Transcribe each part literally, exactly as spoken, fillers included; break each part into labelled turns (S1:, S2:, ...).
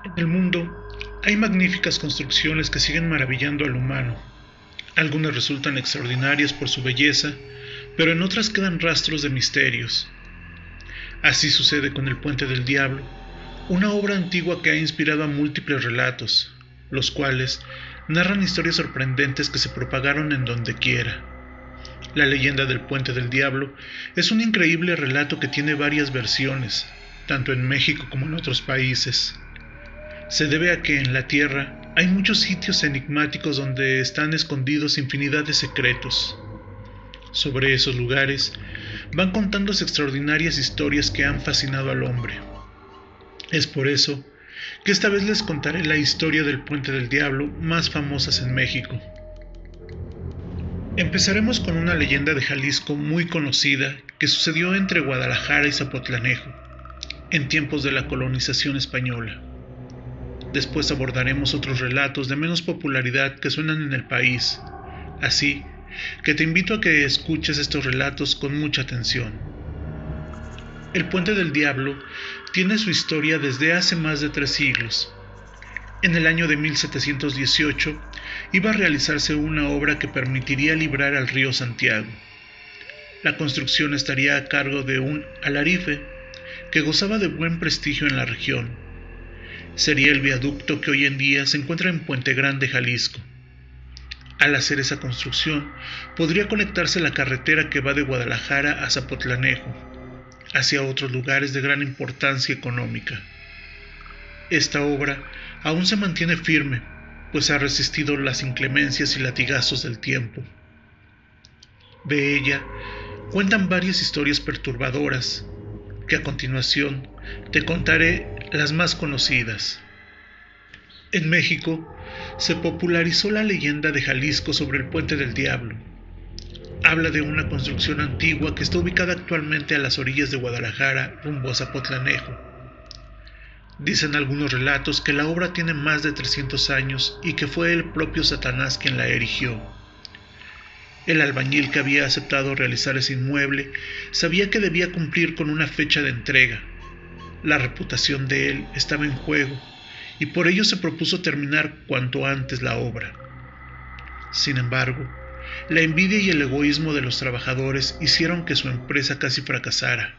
S1: En el mundo hay magníficas construcciones que siguen maravillando al humano. Algunas resultan extraordinarias por su belleza, pero en otras quedan rastros de misterios. Así sucede con el Puente del Diablo, una obra antigua que ha inspirado a múltiples relatos, los cuales narran historias sorprendentes que se propagaron en donde quiera. La leyenda del Puente del Diablo es un increíble relato que tiene varias versiones, tanto en México como en otros países. Se debe a que en la Tierra hay muchos sitios enigmáticos donde están escondidos infinidad de secretos. Sobre esos lugares van contándose extraordinarias historias que han fascinado al hombre. Es por eso que esta vez les contaré la historia del Puente del Diablo más famosas en México. Empezaremos con una leyenda de Jalisco muy conocida que sucedió entre Guadalajara y Zapotlanejo, en tiempos de la colonización española. Después abordaremos otros relatos de menos popularidad que suenan en el país, así que te invito a que escuches estos relatos con mucha atención. El Puente del Diablo tiene su historia desde hace más de tres siglos. En el año de mil setecientos dieciocho iba a realizarse una obra que permitiría librar al río Santiago. La construcción estaría a cargo de un alarife que gozaba de buen prestigio en la región. Sería el viaducto que hoy en día se encuentra en Puente Grande, Jalisco. Al hacer esa construcción, podría conectarse la carretera que va de Guadalajara a Zapotlanejo, hacia otros lugares de gran importancia económica. Esta obra aún se mantiene firme, pues ha resistido las inclemencias y latigazos del tiempo. De ella cuentan varias historias perturbadoras, que a continuación te contaré las más conocidas. En México se popularizó la leyenda de Jalisco sobre el Puente del Diablo. Habla de una construcción antigua que está ubicada actualmente a las orillas de Guadalajara, rumbo a Zapotlanejo. Dicen algunos relatos que la obra tiene más de trescientos años y que fue el propio Satanás quien la erigió. El albañil que había aceptado realizar ese inmueble sabía que debía cumplir con una fecha de entrega. La reputación de él estaba en juego y por ello se propuso terminar cuanto antes la obra. Sin embargo, la envidia y el egoísmo de los trabajadores hicieron que su empresa casi fracasara.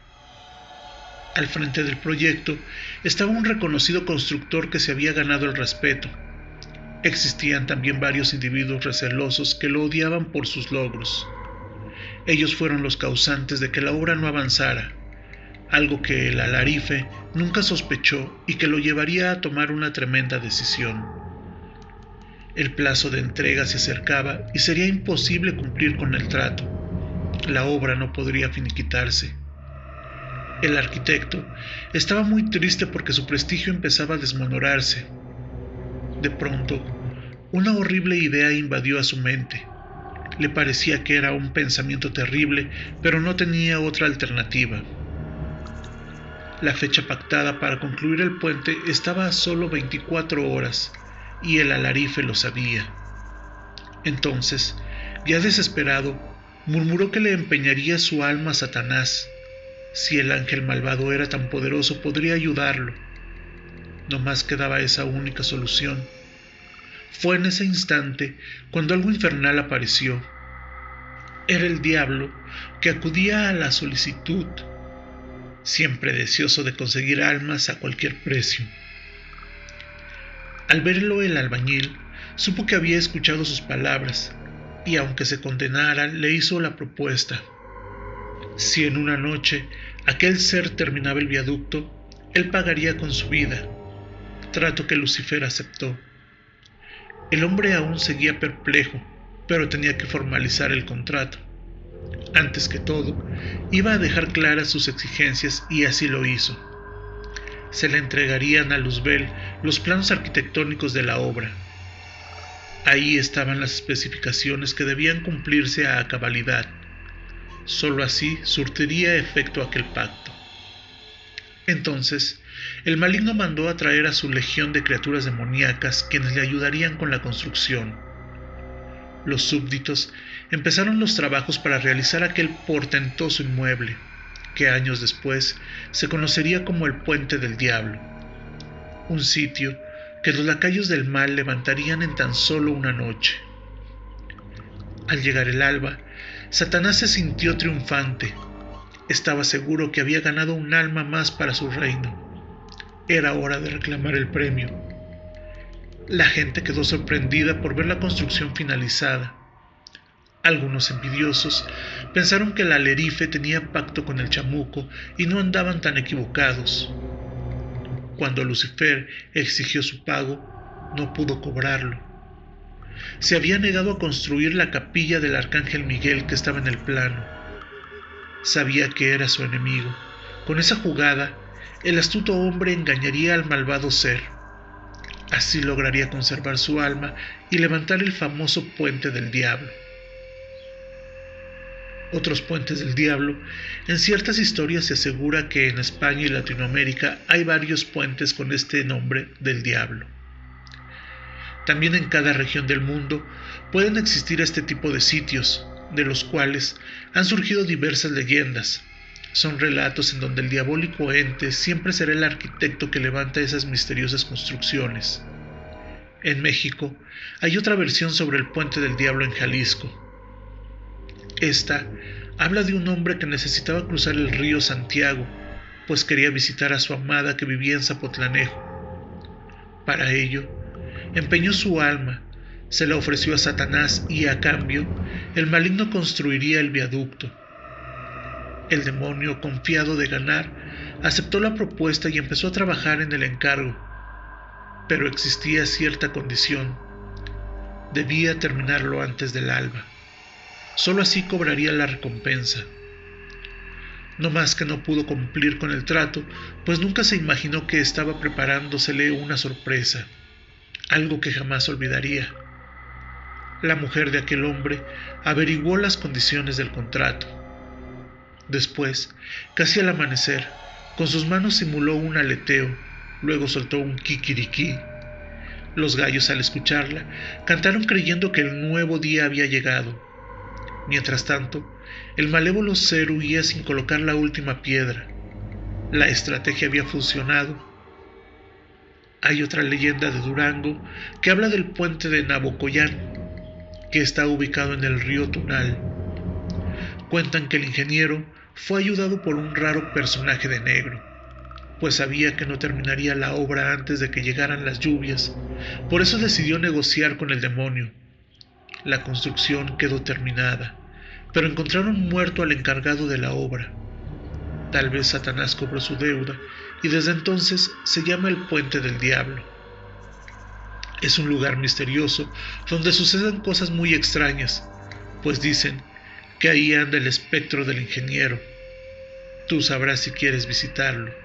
S1: Al frente del proyecto estaba un reconocido constructor que se había ganado el respeto. Existían también varios individuos recelosos que lo odiaban por sus logros. Ellos fueron los causantes de que la obra no avanzara, algo que el alarife nunca sospechó y que lo llevaría a tomar una tremenda decisión. El plazo de entrega se acercaba y sería imposible cumplir con el trato. La obra no podría finiquitarse. El arquitecto estaba muy triste porque su prestigio empezaba a desmoronarse. De pronto, una horrible idea invadió a su mente. Le parecía que era un pensamiento terrible, pero no tenía otra alternativa. La fecha pactada para concluir el puente estaba a solo veinticuatro horas, y el alarife lo sabía. Entonces, ya desesperado, murmuró que le empeñaría su alma a Satanás. Si el ángel malvado era tan poderoso, podría ayudarlo. No más quedaba esa única solución. Fue en ese instante cuando algo infernal apareció. Era el diablo que acudía a la solicitud, siempre deseoso de conseguir almas a cualquier precio. Al verlo el albañil, supo que había escuchado sus palabras, y aunque se condenara, le hizo la propuesta. Si en una noche aquel ser terminaba el viaducto, él pagaría con su vida, trato que Lucifer aceptó. El hombre aún seguía perplejo, pero tenía que formalizar el contrato. Antes que todo, iba a dejar claras sus exigencias y así lo hizo. Se le entregarían a Luzbel los planos arquitectónicos de la obra. Ahí estaban las especificaciones que debían cumplirse a cabalidad. Solo así surtiría efecto aquel pacto. Entonces, el maligno mandó a traer a su legión de criaturas demoníacas quienes le ayudarían con la construcción. Los súbditos empezaron los trabajos para realizar aquel portentoso inmueble, que años después se conocería como el Puente del Diablo. un sitio que los lacayos del mal levantarían en tan solo una noche. Al llegar el alba, Satanás se sintió triunfante. Estaba seguro que había ganado un alma más para su reino. Era hora de reclamar el premio. La gente quedó sorprendida por ver la construcción finalizada. Algunos envidiosos pensaron que el alerife tenía pacto con el chamuco y no andaban tan equivocados. Cuando Lucifer exigió su pago, no pudo cobrarlo. Se había negado a construir la capilla del arcángel Miguel que estaba en el plano. Sabía que era su enemigo. Con esa jugada, el astuto hombre engañaría al malvado ser. Así lograría conservar su alma y levantar el famoso puente del diablo. Otros puentes del diablo. En ciertas historias se asegura que en España y Latinoamérica hay varios puentes con este nombre del diablo. También en cada región del mundo pueden existir este tipo de sitios, de los cuales han surgido diversas leyendas. Son relatos en donde el diabólico ente siempre será el arquitecto que levanta esas misteriosas construcciones. En México hay otra versión sobre el puente del diablo en Jalisco. Esta habla de un hombre que necesitaba cruzar el río Santiago, pues quería visitar a su amada que vivía en Zapotlanejo. Para ello, empeñó su alma, se la ofreció a Satanás y a cambio, el maligno construiría el viaducto. El demonio, confiado de ganar, aceptó la propuesta y empezó a trabajar en el encargo. Pero existía cierta condición: debía terminarlo antes del alba. Solo así cobraría la recompensa. No más que no pudo cumplir con el trato, pues nunca se imaginó que estaba preparándosele una sorpresa, algo que jamás olvidaría. La mujer de aquel hombre averiguó las condiciones del contrato. Después, casi al amanecer, con sus manos simuló un aleteo, luego soltó un kikiriki. Los gallos, al escucharla, cantaron creyendo que el nuevo día había llegado. Mientras tanto, el malévolo ser huía sin colocar la última piedra. La estrategia había funcionado. Hay otra leyenda de Durango que habla del puente de Nabocoyán, que está ubicado en el río Tunal. Cuentan que el ingeniero fue ayudado por un raro personaje de negro, pues sabía que no terminaría la obra antes de que llegaran las lluvias. Por eso decidió negociar con el demonio. La construcción quedó terminada, pero encontraron muerto al encargado de la obra. Tal vez Satanás cobró su deuda y desde entonces se llama el Puente del Diablo. Es un lugar misterioso donde suceden cosas muy extrañas, pues dicen que ahí anda el espectro del ingeniero. Tú sabrás si quieres visitarlo.